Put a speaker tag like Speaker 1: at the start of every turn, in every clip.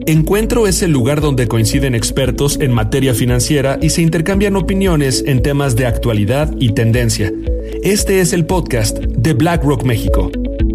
Speaker 1: Encuentro es el lugar donde coinciden expertos en materia financiera y se intercambian opiniones en temas de actualidad y tendencia. Este es el podcast de BlackRock México.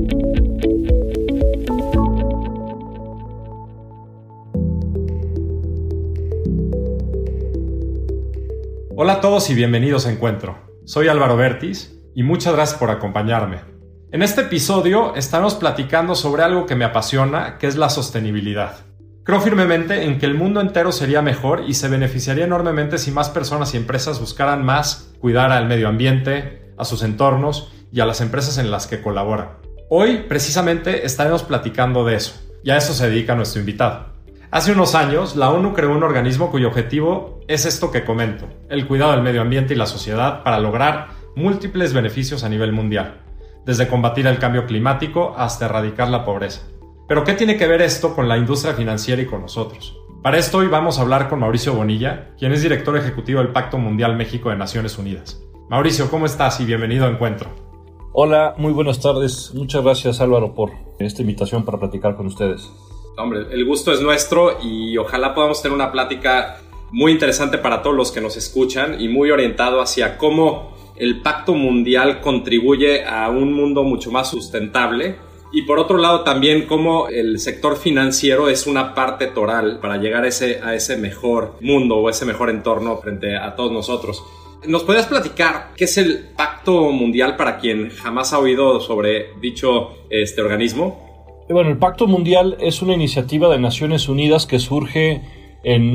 Speaker 2: Hola a todos y bienvenidos a Encuentro. Soy Álvaro Bertis y muchas gracias por acompañarme. En este episodio estaremos platicando sobre algo que me apasiona, que es la sostenibilidad. Creo firmemente en que el mundo entero sería mejor y se beneficiaría enormemente si más personas y empresas buscaran más cuidar al medio ambiente, a sus entornos y a las empresas en las que colaboran. Hoy, precisamente, estaremos platicando de eso, y a eso se dedica nuestro invitado. Hace unos años, la ONU creó un organismo cuyo objetivo es esto que comento, el cuidado del medio ambiente y la sociedad para lograr múltiples beneficios a nivel mundial, desde combatir el cambio climático hasta erradicar la pobreza. Pero ¿qué tiene que ver esto con la industria financiera y con nosotros? Para esto hoy vamos a hablar con Mauricio Bonilla, quien es director ejecutivo del Pacto Mundial México de Naciones Unidas. Mauricio, ¿cómo estás? Y bienvenido a Encuentro.
Speaker 3: Hola, muy buenas tardes. Muchas gracias, Álvaro, por esta invitación para platicar con ustedes.
Speaker 2: Hombre, el gusto es nuestro y ojalá podamos tener una plática muy interesante para todos los que nos escuchan y muy orientado hacia cómo el Pacto Mundial contribuye a un mundo mucho más sustentable y por otro lado también cómo el sector financiero es una parte toral para llegar a ese mejor mundo o ese mejor entorno frente a todos nosotros. ¿Nos podrías platicar qué es el Pacto Mundial para quien jamás ha oído sobre dicho organismo?
Speaker 3: Bueno, el Pacto Mundial es una iniciativa de Naciones Unidas que surge en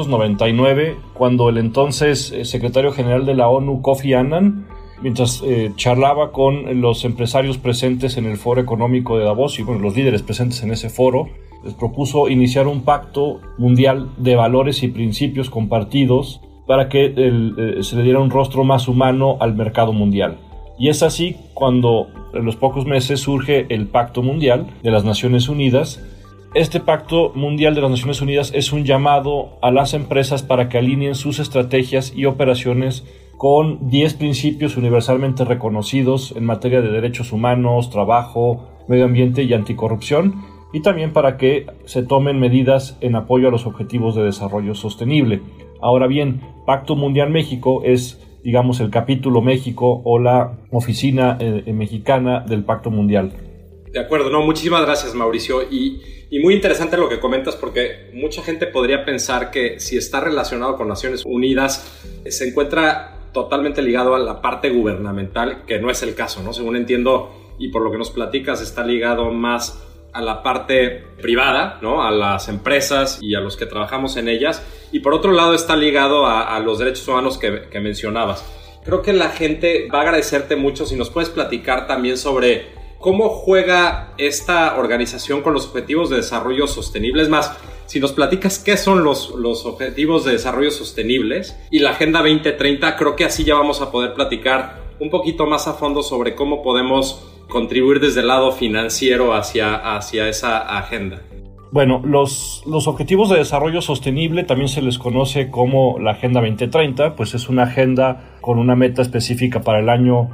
Speaker 3: 1999, cuando el entonces secretario general de la ONU, Kofi Annan, mientras charlaba con los empresarios presentes en el Foro Económico de Davos y los líderes presentes en ese foro, les propuso iniciar un pacto mundial de valores y principios compartidos para que se le diera un rostro más humano al mercado mundial. Y es así cuando en los pocos meses surge el Pacto Mundial de las Naciones Unidas. Este Pacto Mundial de las Naciones Unidas es un llamado a las empresas para que alineen sus estrategias y operaciones con 10 principios universalmente reconocidos en materia de derechos humanos, trabajo, medio ambiente y anticorrupción, y también para que se tomen medidas en apoyo a los objetivos de desarrollo sostenible. Ahora bien, Pacto Mundial México es, digamos, el capítulo México o la oficina mexicana del Pacto Mundial.
Speaker 2: De acuerdo, muchísimas gracias, Mauricio, y muy interesante lo que comentas porque mucha gente podría pensar que si está relacionado con Naciones Unidas se encuentra totalmente ligado a la parte gubernamental, que no es el caso, ¿no? Según entiendo y por lo que nos platicas está ligado más a la parte privada, ¿no? A las empresas y a los que trabajamos en ellas, y por otro lado está ligado a los derechos humanos que mencionabas. Creo que la gente va a agradecerte mucho si nos puedes platicar también sobre cómo juega esta organización con los objetivos de desarrollo sostenible. Es más, si nos platicas qué son los objetivos de desarrollo sostenibles y la Agenda 2030, creo que así ya vamos a poder platicar un poquito más a fondo sobre cómo podemos contribuir desde el lado financiero hacia esa agenda.
Speaker 3: Bueno, los objetivos de desarrollo sostenible también se les conoce como la Agenda 2030, pues es una agenda con una meta específica para el año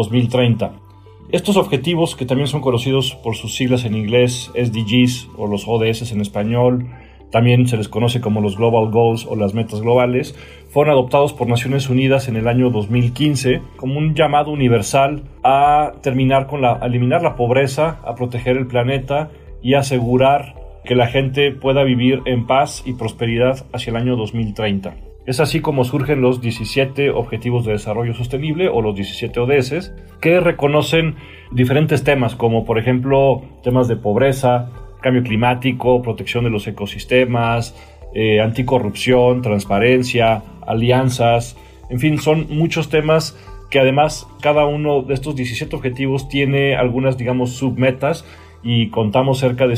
Speaker 3: 2030. Estos objetivos, que también son conocidos por sus siglas en inglés, SDGs o los ODS en español, también se les conoce como los Global Goals o las metas globales, fueron adoptados por Naciones Unidas en el año 2015 como un llamado universal a eliminar la pobreza, a proteger el planeta y asegurar que la gente pueda vivir en paz y prosperidad hacia el año 2030. Es así como surgen los 17 Objetivos de Desarrollo Sostenible o los 17 ODS, que reconocen diferentes temas como por ejemplo temas de pobreza, cambio climático, protección de los ecosistemas, anticorrupción, transparencia, alianzas, en fin, son muchos temas que además cada uno de estos 17 objetivos tiene algunas, digamos, submetas y contamos cerca de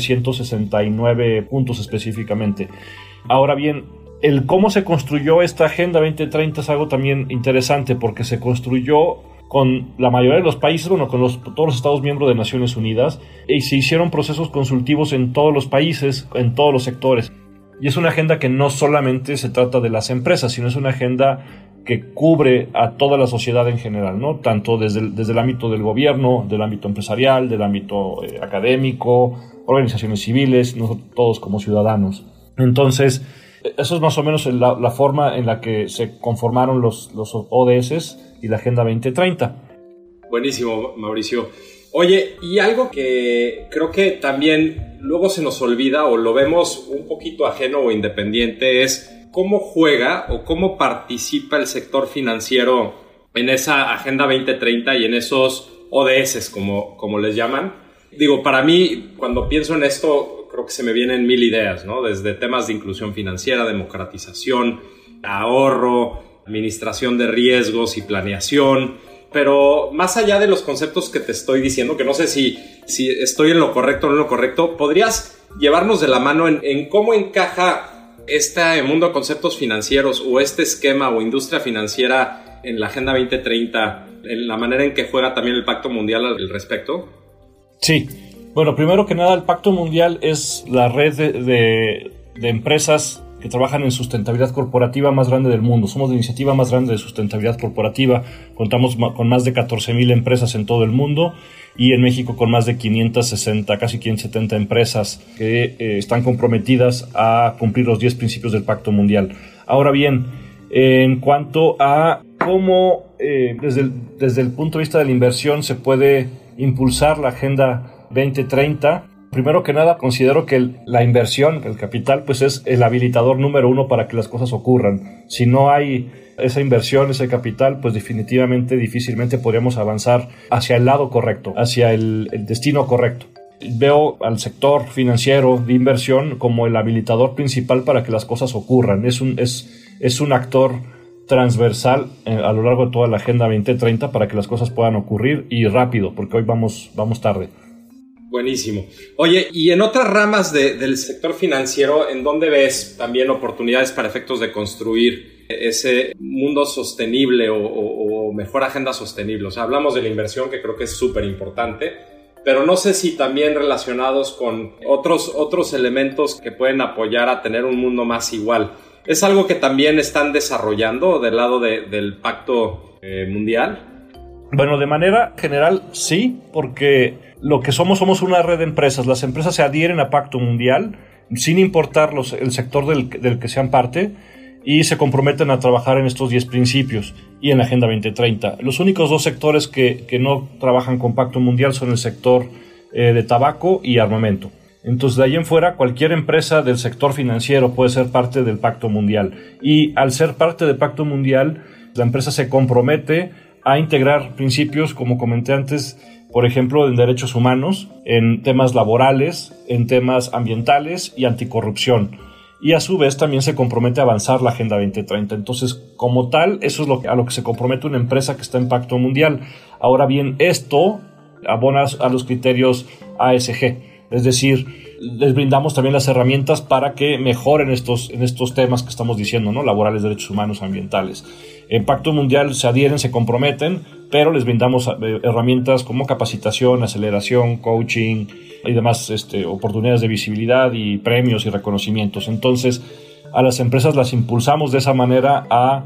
Speaker 3: 169 puntos específicamente. Ahora bien, el cómo se construyó esta Agenda 2030 es algo también interesante porque se construyó con la mayoría de los países, con todos los Estados miembros de Naciones Unidas, y se hicieron procesos consultivos en todos los países, en todos los sectores. Y es una agenda que no solamente se trata de las empresas, sino es una agenda que cubre a toda la sociedad en general, ¿no? Tanto desde el ámbito del gobierno, del ámbito empresarial, del ámbito académico, organizaciones civiles, nosotros todos como ciudadanos. Entonces, eso es más o menos la forma en la que se conformaron los ODS y la Agenda 2030.
Speaker 2: Buenísimo, Mauricio. Oye, y algo que creo que también luego se nos olvida o lo vemos un poquito ajeno o independiente es cómo juega o cómo participa el sector financiero en esa Agenda 2030 y en esos ODS, como les llaman. Digo, para mí, cuando pienso en esto, creo que se me vienen mil ideas, ¿no? Desde temas de inclusión financiera, democratización, ahorro, administración de riesgos y planeación. Pero más allá de los conceptos que te estoy diciendo, que no sé si estoy en lo correcto o no en lo correcto, ¿podrías llevarnos de la mano en cómo encaja este mundo de conceptos financieros o este esquema o industria financiera en la Agenda 2030, en la manera en que juega también el Pacto Mundial al respecto?
Speaker 3: Sí. Bueno, primero que nada, el Pacto Mundial es la red de empresas que trabajan en sustentabilidad corporativa más grande del mundo. Somos la iniciativa más grande de sustentabilidad corporativa. Contamos con más de 14,000 empresas en todo el mundo y en México con más de 560, casi 570 empresas que están comprometidas a cumplir los 10 principios del Pacto Mundial. Ahora bien, en cuanto a cómo desde el punto de vista de la inversión se puede impulsar la Agenda 2030, primero que nada considero que la inversión, el capital, pues es el habilitador número uno para que las cosas ocurran. Si no hay esa inversión, ese capital, pues definitivamente, difícilmente podríamos avanzar hacia el lado correcto, hacia el destino correcto. Veo al sector financiero de inversión como el habilitador principal para que las cosas ocurran. Es un actor transversal a lo largo de toda la Agenda 2030 para que las cosas puedan ocurrir y rápido, porque hoy vamos tarde.
Speaker 2: Buenísimo. Oye, y en otras ramas del sector financiero, ¿en dónde ves también oportunidades para efectos de construir ese mundo sostenible o mejor agenda sostenible? O sea, hablamos de la inversión, que creo que es súper importante, pero no sé si también relacionados con otros elementos que pueden apoyar a tener un mundo más igual. ¿Es algo que también están desarrollando del lado del Pacto Mundial?
Speaker 3: Bueno, de manera general sí, porque lo que somos una red de empresas. Las empresas se adhieren a Pacto Mundial sin importar el sector del que sean parte y se comprometen a trabajar en estos 10 principios y en la Agenda 2030. Los únicos dos sectores que no trabajan con Pacto Mundial son el sector de tabaco y armamento. Entonces, de ahí en fuera, cualquier empresa del sector financiero puede ser parte del Pacto Mundial. Y al ser parte del Pacto Mundial, la empresa se compromete a integrar principios, como comenté antes, por ejemplo, en derechos humanos, en temas laborales, en temas ambientales y anticorrupción. Y a su vez también se compromete a avanzar la Agenda 2030. Entonces, como tal, eso es a lo que se compromete una empresa que está en Pacto Mundial. Ahora bien, esto abona a los criterios ASG. Es decir, les brindamos también las herramientas para que mejoren estos temas que estamos diciendo, ¿no? Laborales, derechos humanos, ambientales. En Pacto Mundial se adhieren, se comprometen, pero les brindamos herramientas como capacitación, aceleración, coaching y demás oportunidades de visibilidad y premios y reconocimientos. Entonces, a las empresas las impulsamos de esa manera a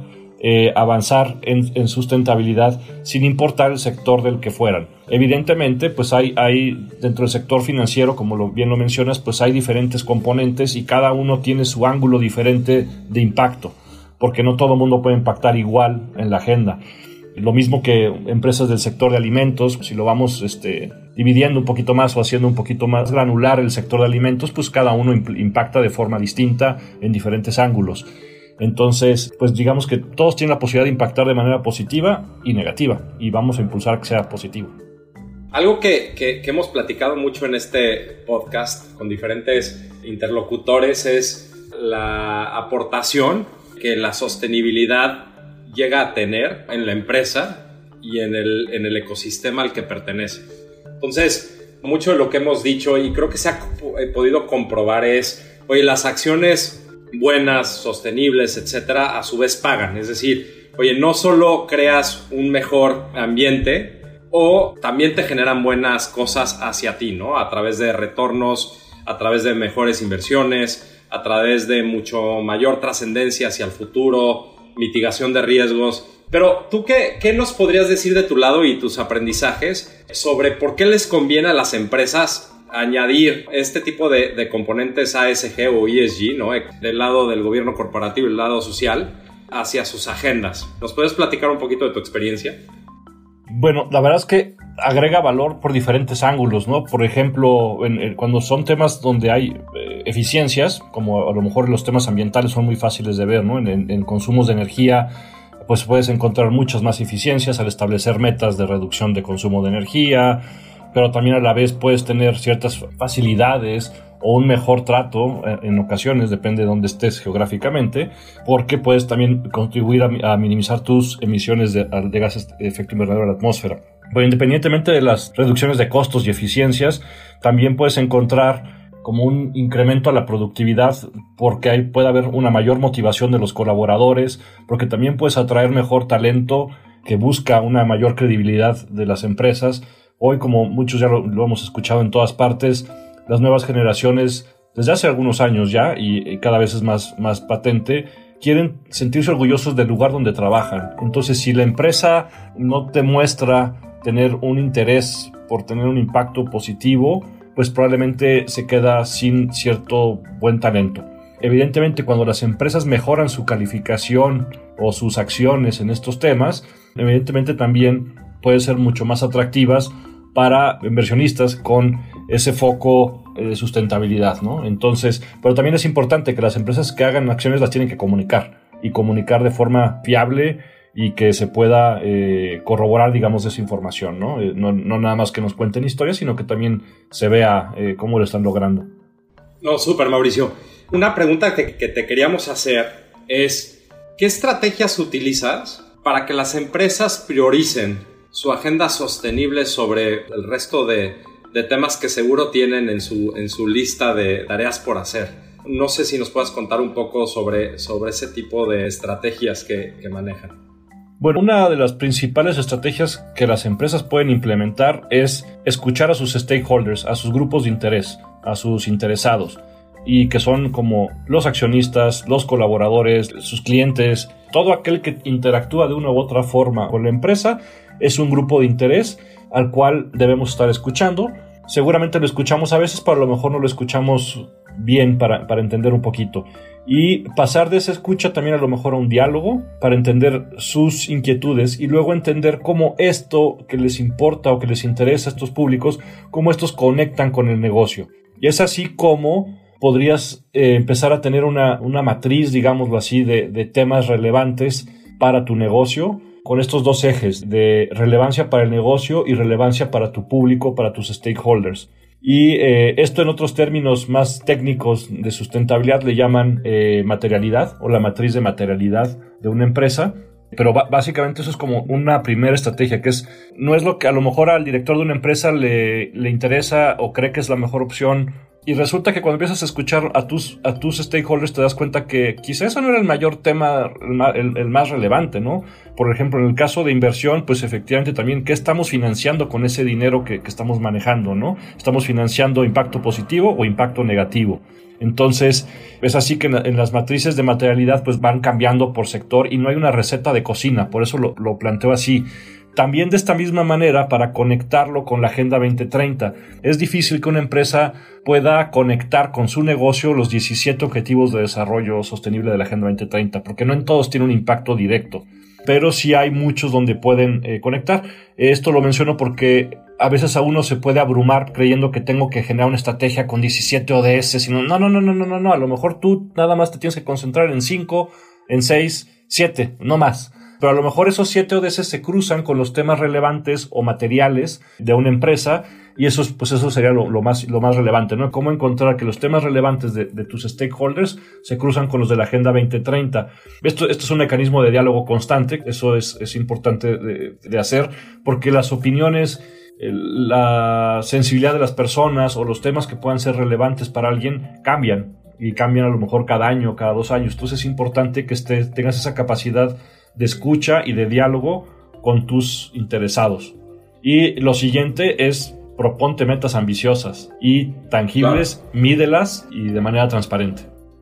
Speaker 3: avanzar en sustentabilidad sin importar el sector del que fueran. Evidentemente, pues hay dentro del sector financiero, como bien lo mencionas, pues hay diferentes componentes y cada uno tiene su ángulo diferente de impacto, porque no todo el mundo puede impactar igual en la agenda. Lo mismo que empresas del sector de alimentos, si lo vamos dividiendo un poquito más o haciendo un poquito más granular el sector de alimentos, pues cada uno impacta de forma distinta en diferentes ángulos. Entonces, pues digamos que todos tienen la posibilidad de impactar de manera positiva y negativa, y vamos a impulsar que sea positivo.
Speaker 2: Algo que hemos platicado mucho en este podcast con diferentes interlocutores es la aportación que la sostenibilidad llega a tener en la empresa y en el ecosistema al que pertenece. Entonces, mucho de lo que hemos dicho y creo que se ha podido comprobar es, oye, las acciones buenas, sostenibles, etcétera, a su vez pagan. Es decir, oye, no solo creas un mejor ambiente, o también te generan buenas cosas hacia ti, ¿no? A través de retornos, a través de mejores inversiones, a través de mucho mayor trascendencia hacia el futuro, mitigación de riesgos. Pero tú, ¿qué nos podrías decir de tu lado y tus aprendizajes sobre por qué les conviene a las empresas añadir este tipo de componentes ASG o ESG, ¿no? Del lado del gobierno corporativo y del lado social hacia sus agendas? ¿Nos puedes platicar un poquito de tu experiencia?
Speaker 3: Bueno, la verdad es que agrega valor por diferentes ángulos, ¿no? Por ejemplo, cuando son temas donde hay eficiencias, como a lo mejor los temas ambientales son muy fáciles de ver, ¿no? En consumos de energía, pues puedes encontrar muchas más eficiencias al establecer metas de reducción de consumo de energía, pero también a la vez puedes tener ciertas facilidades o un mejor trato en ocasiones, depende de dónde estés geográficamente, porque puedes también contribuir a minimizar tus emisiones de gases de efecto invernadero a la atmósfera. Pero independientemente de las reducciones de costos y eficiencias, también puedes encontrar como un incremento a la productividad, porque ahí puede haber una mayor motivación de los colaboradores, porque también puedes atraer mejor talento que busca una mayor credibilidad de las empresas. Hoy, como muchos ya lo hemos escuchado en todas partes, las nuevas generaciones, desde hace algunos años ya, y cada vez es más patente, quieren sentirse orgullosos del lugar donde trabajan. Entonces, si la empresa no te muestra tener un interés por tener un impacto positivo, pues probablemente se queda sin cierto buen talento. Evidentemente, cuando las empresas mejoran su calificación o sus acciones en estos temas, evidentemente también pueden ser mucho más atractivas para inversionistas con ese foco de sustentabilidad, ¿no? Entonces, pero también es importante que las empresas que hagan acciones las tienen que comunicar y comunicar de forma fiable y que se pueda corroborar, digamos, esa información, ¿no? No nada más que nos cuenten historias, sino que también se vea cómo lo están logrando.
Speaker 2: No, súper, Mauricio. Una pregunta que te queríamos hacer es, ¿qué estrategias utilizas para que las empresas prioricen su agenda sostenible sobre el resto de temas que seguro tienen en su lista de tareas por hacer? No sé si nos puedas contar un poco sobre ese tipo de estrategias que manejan.
Speaker 3: Bueno, una de las principales estrategias que las empresas pueden implementar es escuchar a sus stakeholders, a sus grupos de interés, a sus interesados, y que son como los accionistas, los colaboradores, sus clientes, todo aquel que interactúa de una u otra forma con la empresa es un grupo de interés al cual debemos estar escuchando. Seguramente lo escuchamos a veces, pero a lo mejor no lo escuchamos bien para entender un poquito. Y pasar de esa escucha también a lo mejor a un diálogo para entender sus inquietudes y luego entender cómo esto que les importa o que les interesa a estos públicos, cómo estos conectan con el negocio. Y es así como podrías empezar a tener una matriz, digámoslo así, de temas relevantes para tu negocio, con estos dos ejes de relevancia para el negocio y relevancia para tu público, para tus stakeholders. Y esto en otros términos más técnicos de sustentabilidad le llaman materialidad o la matriz de materialidad de una empresa. Pero básicamente eso es como una primera estrategia, que no es lo que a lo mejor al director de una empresa le interesa o cree que es la mejor opción. Y resulta que cuando empiezas a escuchar a tus stakeholders te das cuenta que quizá eso no era el mayor tema, el más relevante, ¿no? Por ejemplo, en el caso de inversión, pues efectivamente también, ¿qué estamos financiando con ese dinero que estamos manejando, ¿no? ¿Estamos financiando impacto positivo o impacto negativo? Entonces, es así que en las matrices de materialidad pues van cambiando por sector y no hay una receta de cocina, por eso lo planteo así. También de esta misma manera, para conectarlo con la Agenda 2030, es difícil que una empresa pueda conectar con su negocio los 17 Objetivos de Desarrollo Sostenible de la Agenda 2030, porque no en todos tiene un impacto directo, pero sí hay muchos donde pueden conectar. Esto lo menciono porque a veces a uno se puede abrumar creyendo que tengo que generar una estrategia con 17 ODS, sino no, a lo mejor tú nada más te tienes que concentrar en 5, en 6, 7, no más. Pero a lo mejor esos 7 ODS se cruzan con los temas relevantes o materiales de una empresa y eso sería lo más relevante, ¿no? Cómo encontrar que los temas relevantes de tus stakeholders se cruzan con los de la Agenda 2030. Esto es un mecanismo de diálogo constante, eso es importante de hacer porque las opiniones, la sensibilidad de las personas o los temas que puedan ser relevantes para alguien cambian y cambian a lo mejor cada año, cada 2 años. Entonces es importante que tengas esa capacidad de escucha y de diálogo con tus interesados. Y lo siguiente es proponte metas ambiciosas y tangibles, claro. Mídelas y de manera transparente.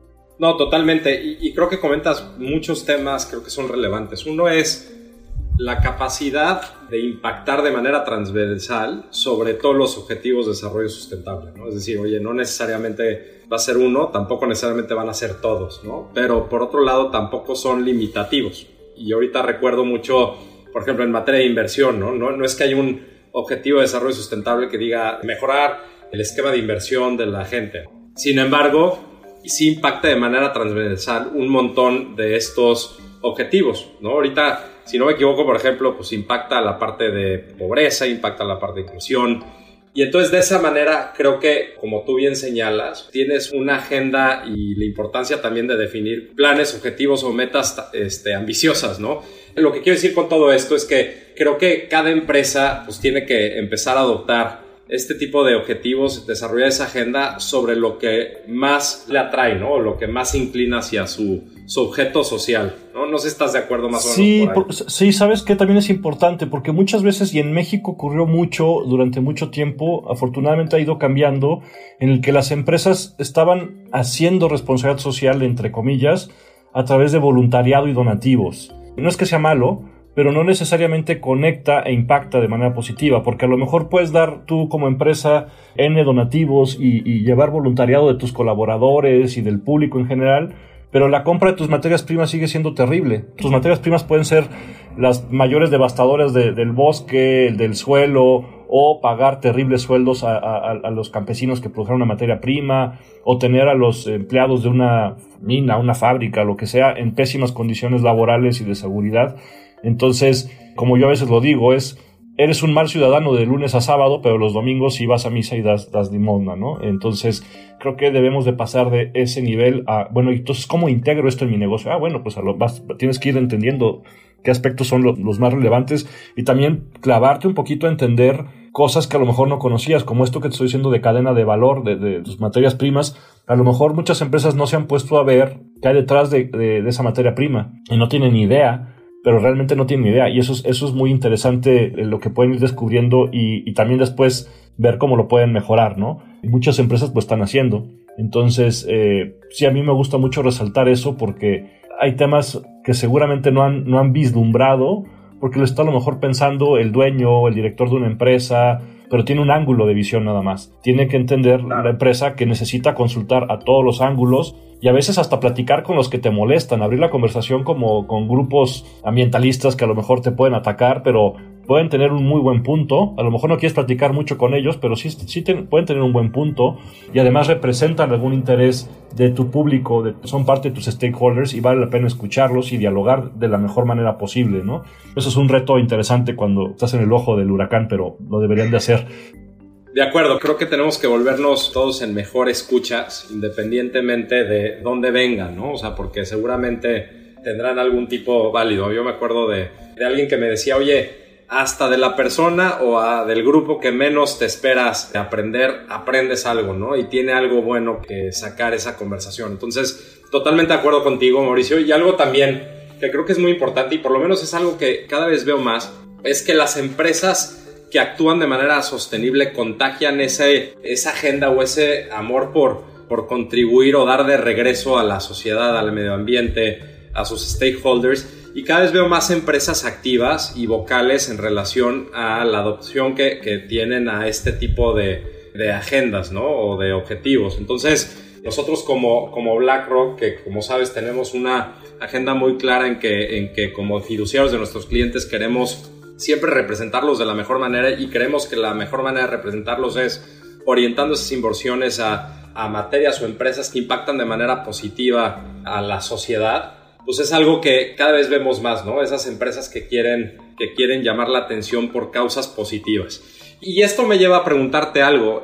Speaker 2: No, totalmente. Y creo que comentas muchos temas, creo que son relevantes. Uno es la capacidad de impactar de manera transversal sobre todos los objetivos de desarrollo sustentable, ¿no? Es decir, oye, no necesariamente va a ser uno, tampoco necesariamente van a ser todos, ¿no? Pero por otro lado tampoco son limitativos. Y ahorita recuerdo mucho, por ejemplo, en materia de inversión, ¿no? No es que haya un objetivo de desarrollo sustentable que diga mejorar el esquema de inversión de la gente. Sin embargo, sí impacta de manera transversal un montón de estos objetivos, ¿no? Ahorita, si no me equivoco, por ejemplo, pues impacta la parte de pobreza, impacta la parte de inclusión. Y entonces de esa manera creo que, como tú bien señalas, tienes una agenda y la importancia también de definir planes, objetivos o metas ambiciosas, ¿no? Lo que quiero decir con todo esto es que creo que cada empresa pues tiene que empezar a adoptar este tipo de objetivos, desarrollar esa agenda sobre lo que más le atrae, ¿no? O lo que más inclina hacia su objeto social, ¿no? No sé si estás de acuerdo más o menos por ahí.
Speaker 3: Sí, sabes que también es importante, porque muchas veces, y en México ocurrió mucho durante mucho tiempo, afortunadamente ha ido cambiando, en el que las empresas estaban haciendo responsabilidad social, entre comillas, a través de voluntariado y donativos. No es que sea malo, pero no necesariamente conecta e impacta de manera positiva, porque a lo mejor puedes dar tú como empresa N donativos y llevar voluntariado de tus colaboradores y del público en general, pero la compra de tus materias primas sigue siendo terrible. Tus materias primas pueden ser las mayores devastadoras del bosque, del suelo, o pagar terribles sueldos a los campesinos que produjeron una materia prima, o tener a los empleados de una mina, una fábrica, lo que sea, en pésimas condiciones laborales y de seguridad. Entonces, como yo a veces lo digo, eres un mal ciudadano de lunes a sábado, pero los domingos sí vas a misa y das limosna, ¿no? Entonces, creo que debemos de pasar de ese nivel a, bueno, entonces, ¿cómo integro esto en mi negocio? Bueno, pues tienes que ir entendiendo qué aspectos son los más relevantes y también clavarte un poquito a entender cosas que a lo mejor no conocías, como esto que te estoy diciendo de cadena de valor de tus materias primas. A lo mejor muchas empresas no se han puesto a ver qué hay detrás de esa materia prima y no tienen ni idea, pero realmente no tienen ni idea, y eso es muy interesante lo que pueden ir descubriendo y también después ver cómo lo pueden mejorar, ¿no? Y muchas empresas lo están haciendo. Entonces, sí, a mí me gusta mucho resaltar eso porque hay temas que seguramente no han vislumbrado, porque lo está a lo mejor pensando el dueño, el director de una empresa, pero tiene un ángulo de visión nada más. Tiene que entender la empresa que necesita consultar a todos los ángulos y a veces hasta platicar con los que te molestan, abrir la conversación como con grupos ambientalistas que a lo mejor te pueden atacar, pero pueden tener un muy buen punto. A lo mejor no quieres platicar mucho con ellos, pero sí pueden tener un buen punto y además representan algún interés de tu público, son parte de tus stakeholders y vale la pena escucharlos y dialogar de la mejor manera posible, ¿no? Eso es un reto interesante cuando estás en el ojo del huracán, pero lo deberían de hacer.
Speaker 2: De acuerdo, creo que tenemos que volvernos todos en mejor escuchas, independientemente de dónde vengan, ¿no? O sea, porque seguramente tendrán algún tipo válido. Yo me acuerdo de alguien que me decía, oye, hasta de la persona o del grupo que menos te esperas de aprender, aprendes algo, ¿no? Y tiene algo bueno que sacar esa conversación. Entonces, totalmente de acuerdo contigo, Mauricio. Y algo también que creo que es muy importante y por lo menos es algo que cada vez veo más, es que las empresas que actúan de manera sostenible contagian esa agenda o ese amor por contribuir o dar de regreso a la sociedad, al medio ambiente, a sus stakeholders, y cada vez veo más empresas activas y vocales en relación a la adopción que tienen a este tipo de agendas, ¿no? O de objetivos. Entonces, nosotros como BlackRock, que como sabes tenemos una agenda muy clara en que como fiduciarios de nuestros clientes queremos siempre representarlos de la mejor manera y creemos que la mejor manera de representarlos es orientando esas inversiones a materias o empresas que impactan de manera positiva a la sociedad, pues es algo que cada vez vemos más, ¿no? Esas empresas que quieren llamar la atención por causas positivas. Y esto me lleva a preguntarte algo,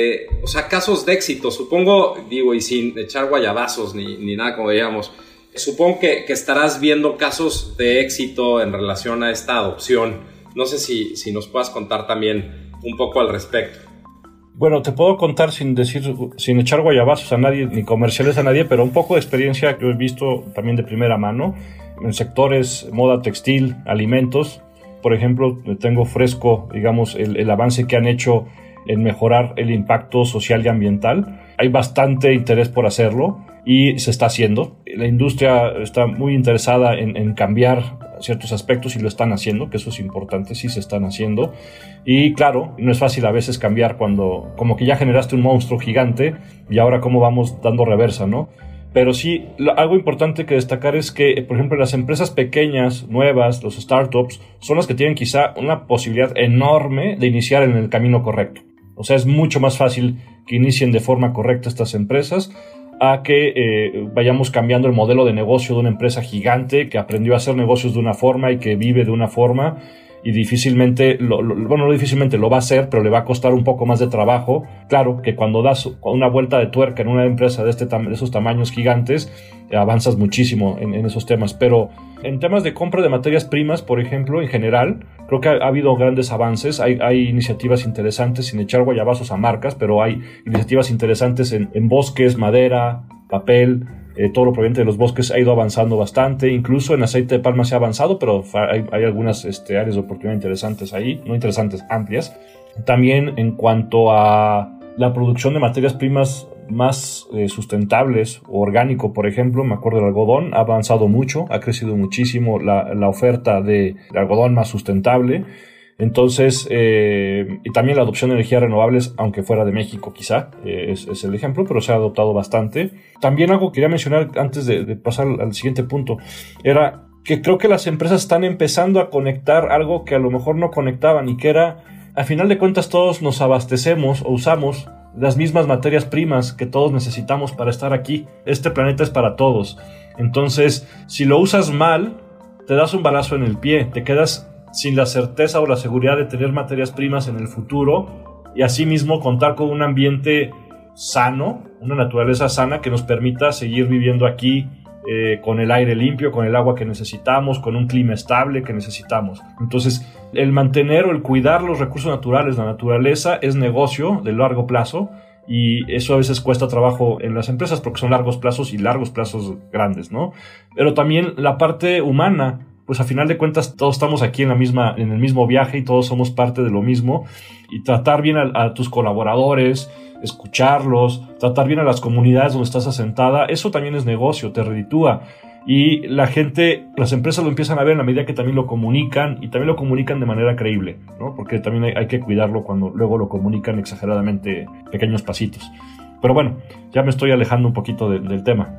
Speaker 2: o sea, casos de éxito, supongo, digo, y sin echar guayabazos ni nada como digamos, supongo que estarás viendo casos de éxito en relación a esta adopción. No sé si nos puedas contar también un poco al respecto.
Speaker 3: Bueno, te puedo contar sin echar guayabazos a nadie, ni comerciales a nadie, pero un poco de experiencia que he visto también de primera mano en sectores moda, textil, alimentos. Por ejemplo, tengo fresco, digamos, el avance que han hecho en mejorar el impacto social y ambiental. Hay bastante interés por hacerlo y se está haciendo. La industria está muy interesada en cambiar ciertos aspectos y lo están haciendo, que eso es importante, sí se están haciendo. Y claro, no es fácil a veces cambiar cuando como que ya generaste un monstruo gigante y ahora cómo vamos dando reversa, ¿no? Pero sí, algo importante que destacar es que, por ejemplo, las empresas pequeñas, nuevas, los startups, son las que tienen quizá una posibilidad enorme de iniciar en el camino correcto. O sea, es mucho más fácil que inicien de forma correcta estas empresas a que vayamos cambiando el modelo de negocio de una empresa gigante que aprendió a hacer negocios de una forma y que vive de una forma y difícilmente, no difícilmente lo va a hacer, pero le va a costar un poco más de trabajo. Claro que cuando das una vuelta de tuerca en una empresa de esos tamaños gigantes, avanzas muchísimo en esos temas. Pero en temas de compra de materias primas, por ejemplo, en general, creo que ha habido grandes avances. Hay iniciativas interesantes, sin echar guayabazos a marcas, pero hay iniciativas interesantes en bosques, madera, papel. Todo lo proveniente de los bosques ha ido avanzando bastante. Incluso en aceite de palma se ha avanzado, pero hay algunas áreas de oportunidad interesantes ahí, no interesantes, amplias. También en cuanto a la producción de materias primas más sustentables o orgánico, por ejemplo, me acuerdo del algodón, ha avanzado mucho, ha crecido muchísimo la oferta de algodón más sustentable. Entonces, y también la adopción de energías renovables, aunque fuera de México quizá, es el ejemplo, pero se ha adoptado bastante. También algo que quería mencionar antes de pasar al siguiente punto, era que creo que las empresas están empezando a conectar algo que a lo mejor no conectaban y que era, al final de cuentas todos nos abastecemos o usamos las mismas materias primas que todos necesitamos para estar aquí. Este planeta es para todos. Entonces, si lo usas mal, te das un balazo en el pie, te quedas sin la certeza o la seguridad de tener materias primas en el futuro y asimismo contar con un ambiente sano, una naturaleza sana que nos permita seguir viviendo aquí con el aire limpio, con el agua que necesitamos, con un clima estable que necesitamos. Entonces, el mantener o el cuidar los recursos naturales, la naturaleza, es negocio de largo plazo y eso a veces cuesta trabajo en las empresas porque son largos plazos y largos plazos grandes, ¿no? Pero también la parte humana, pues a final de cuentas todos estamos aquí en el mismo viaje y todos somos parte de lo mismo y tratar bien a tus colaboradores, escucharlos, tratar bien a las comunidades donde estás asentada, eso también es negocio, te reditúa y la gente, las empresas lo empiezan a ver en la medida que también lo comunican y también lo comunican de manera creíble, ¿no? Porque también hay que cuidarlo cuando luego lo comunican exageradamente pequeños pasitos. Pero bueno, ya me estoy alejando un poquito del tema.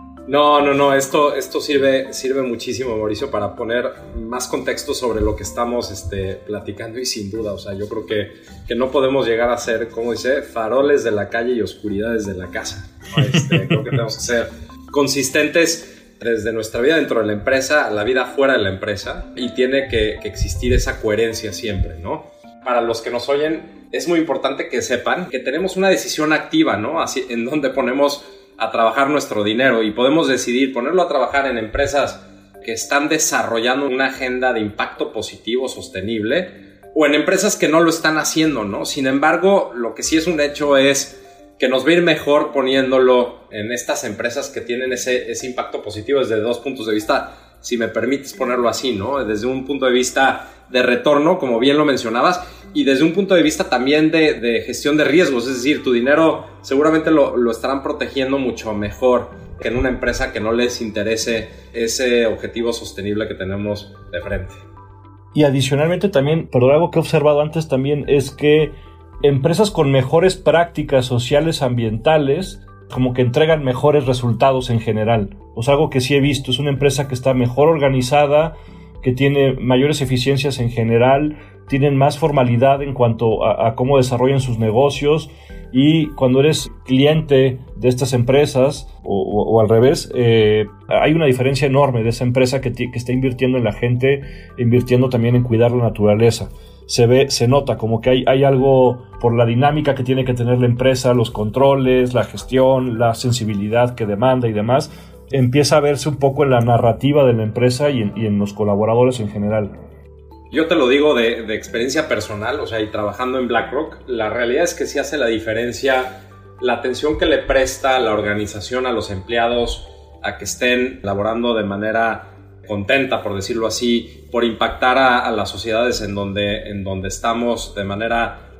Speaker 2: No, esto sirve muchísimo, Mauricio, para poner más contexto sobre lo que estamos platicando y sin duda, o sea, yo creo que no podemos llegar a ser, como dice, faroles de la calle y oscuridades de la casa, ¿no? Creo que tenemos que ser consistentes desde nuestra vida dentro de la empresa a la vida fuera de la empresa y tiene que existir esa coherencia siempre, ¿no? Para los que nos oyen, es muy importante que sepan que tenemos una decisión activa, ¿no? Así, en donde ponemos a trabajar nuestro dinero y podemos decidir ponerlo a trabajar en empresas que están desarrollando una agenda de impacto positivo, sostenible, o en empresas que no lo están haciendo, ¿no? Sin embargo, lo que sí es un hecho es que nos va a ir mejor poniéndolo en estas empresas que tienen ese impacto positivo desde dos puntos de vista, si me permites ponerlo así, ¿no? Desde un punto de vista de retorno, como bien lo mencionabas, y desde un punto de vista también de gestión de riesgos, es decir, tu dinero seguramente lo estarán protegiendo mucho mejor que en una empresa que no les interese ese objetivo sostenible que tenemos de frente.
Speaker 3: Y adicionalmente también, pero algo que he observado antes también es que empresas con mejores prácticas sociales ambientales como que entregan mejores resultados en general. O sea, algo que sí he visto, es una empresa que está mejor organizada, que tiene mayores eficiencias en general, tienen más formalidad en cuanto a cómo desarrollan sus negocios y cuando eres cliente de estas empresas o al revés, hay una diferencia enorme de esa empresa que está invirtiendo en la gente, invirtiendo también en cuidar la naturaleza. Se nota como que hay algo por la dinámica que tiene que tener la empresa, los controles, la gestión, la sensibilidad que demanda y demás, empieza a verse un poco en la narrativa de la empresa y en los colaboradores en general.
Speaker 2: Yo te lo digo de experiencia personal, o sea, y trabajando en BlackRock, la realidad es que sí hace la diferencia la atención que le presta la organización a los empleados a que estén laborando de manera contenta, por decirlo así, por impactar a las sociedades en donde estamos de manera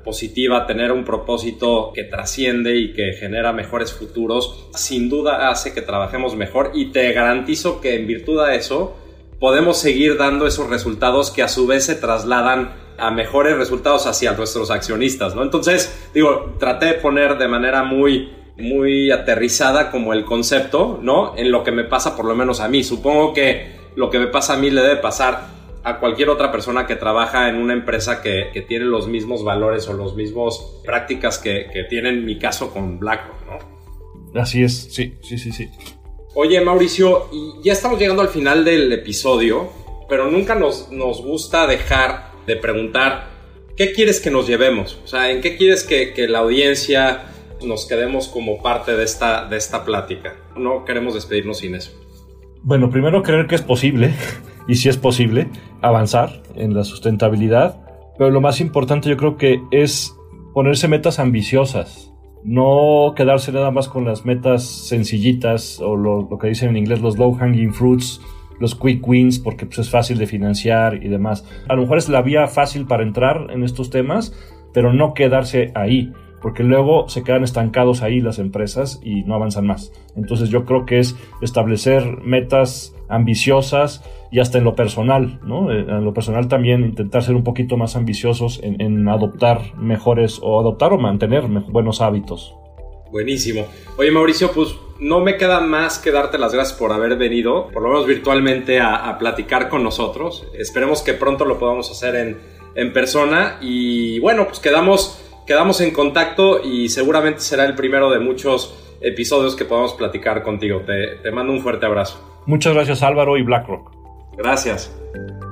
Speaker 2: positiva, tener un propósito que trasciende y que genera mejores futuros, sin duda hace que trabajemos mejor, y te garantizo que en virtud de eso podemos seguir dando esos resultados que a su vez se trasladan a mejores resultados hacia nuestros accionistas, ¿no? Entonces, traté de poner de manera muy aterrizada como el concepto, ¿no? En lo que me pasa por lo menos a mí. Supongo que lo que me pasa a mí le debe pasar a cualquier otra persona que trabaja en una empresa que tiene los mismos valores o las mismas prácticas que tiene en mi caso con BlackRock, ¿no?
Speaker 3: Así es, sí.
Speaker 2: Oye, Mauricio, y ya estamos llegando al final del episodio, pero nunca nos gusta dejar de preguntar ¿qué quieres que nos llevemos? O sea, ¿en qué quieres que la audiencia nos quedemos como parte de esta plática? No queremos despedirnos sin eso.
Speaker 3: Bueno, primero creer que es posible, y si es posible, avanzar en la sustentabilidad, pero lo más importante yo creo que es ponerse metas ambiciosas, no quedarse nada más con las metas sencillitas o lo que dicen en inglés los low hanging fruits, los quick wins, porque pues, es fácil de financiar y demás. A lo mejor es la vía fácil para entrar en estos temas, pero no quedarse ahí, porque luego se quedan estancados ahí las empresas y no avanzan más. Entonces yo creo que es establecer metas ambiciosas y hasta en lo personal, ¿no? En lo personal también intentar ser un poquito más ambiciosos en adoptar o mantener buenos hábitos.
Speaker 2: Buenísimo. Oye, Mauricio, pues no me queda más que darte las gracias por haber venido, por lo menos virtualmente, a platicar con nosotros. Esperemos que pronto lo podamos hacer en persona. Y bueno, pues quedamos en contacto y seguramente será el primero de muchos episodios que podamos platicar contigo. Te mando un fuerte abrazo.
Speaker 3: Muchas gracias, Álvaro y BlackRock.
Speaker 2: Gracias.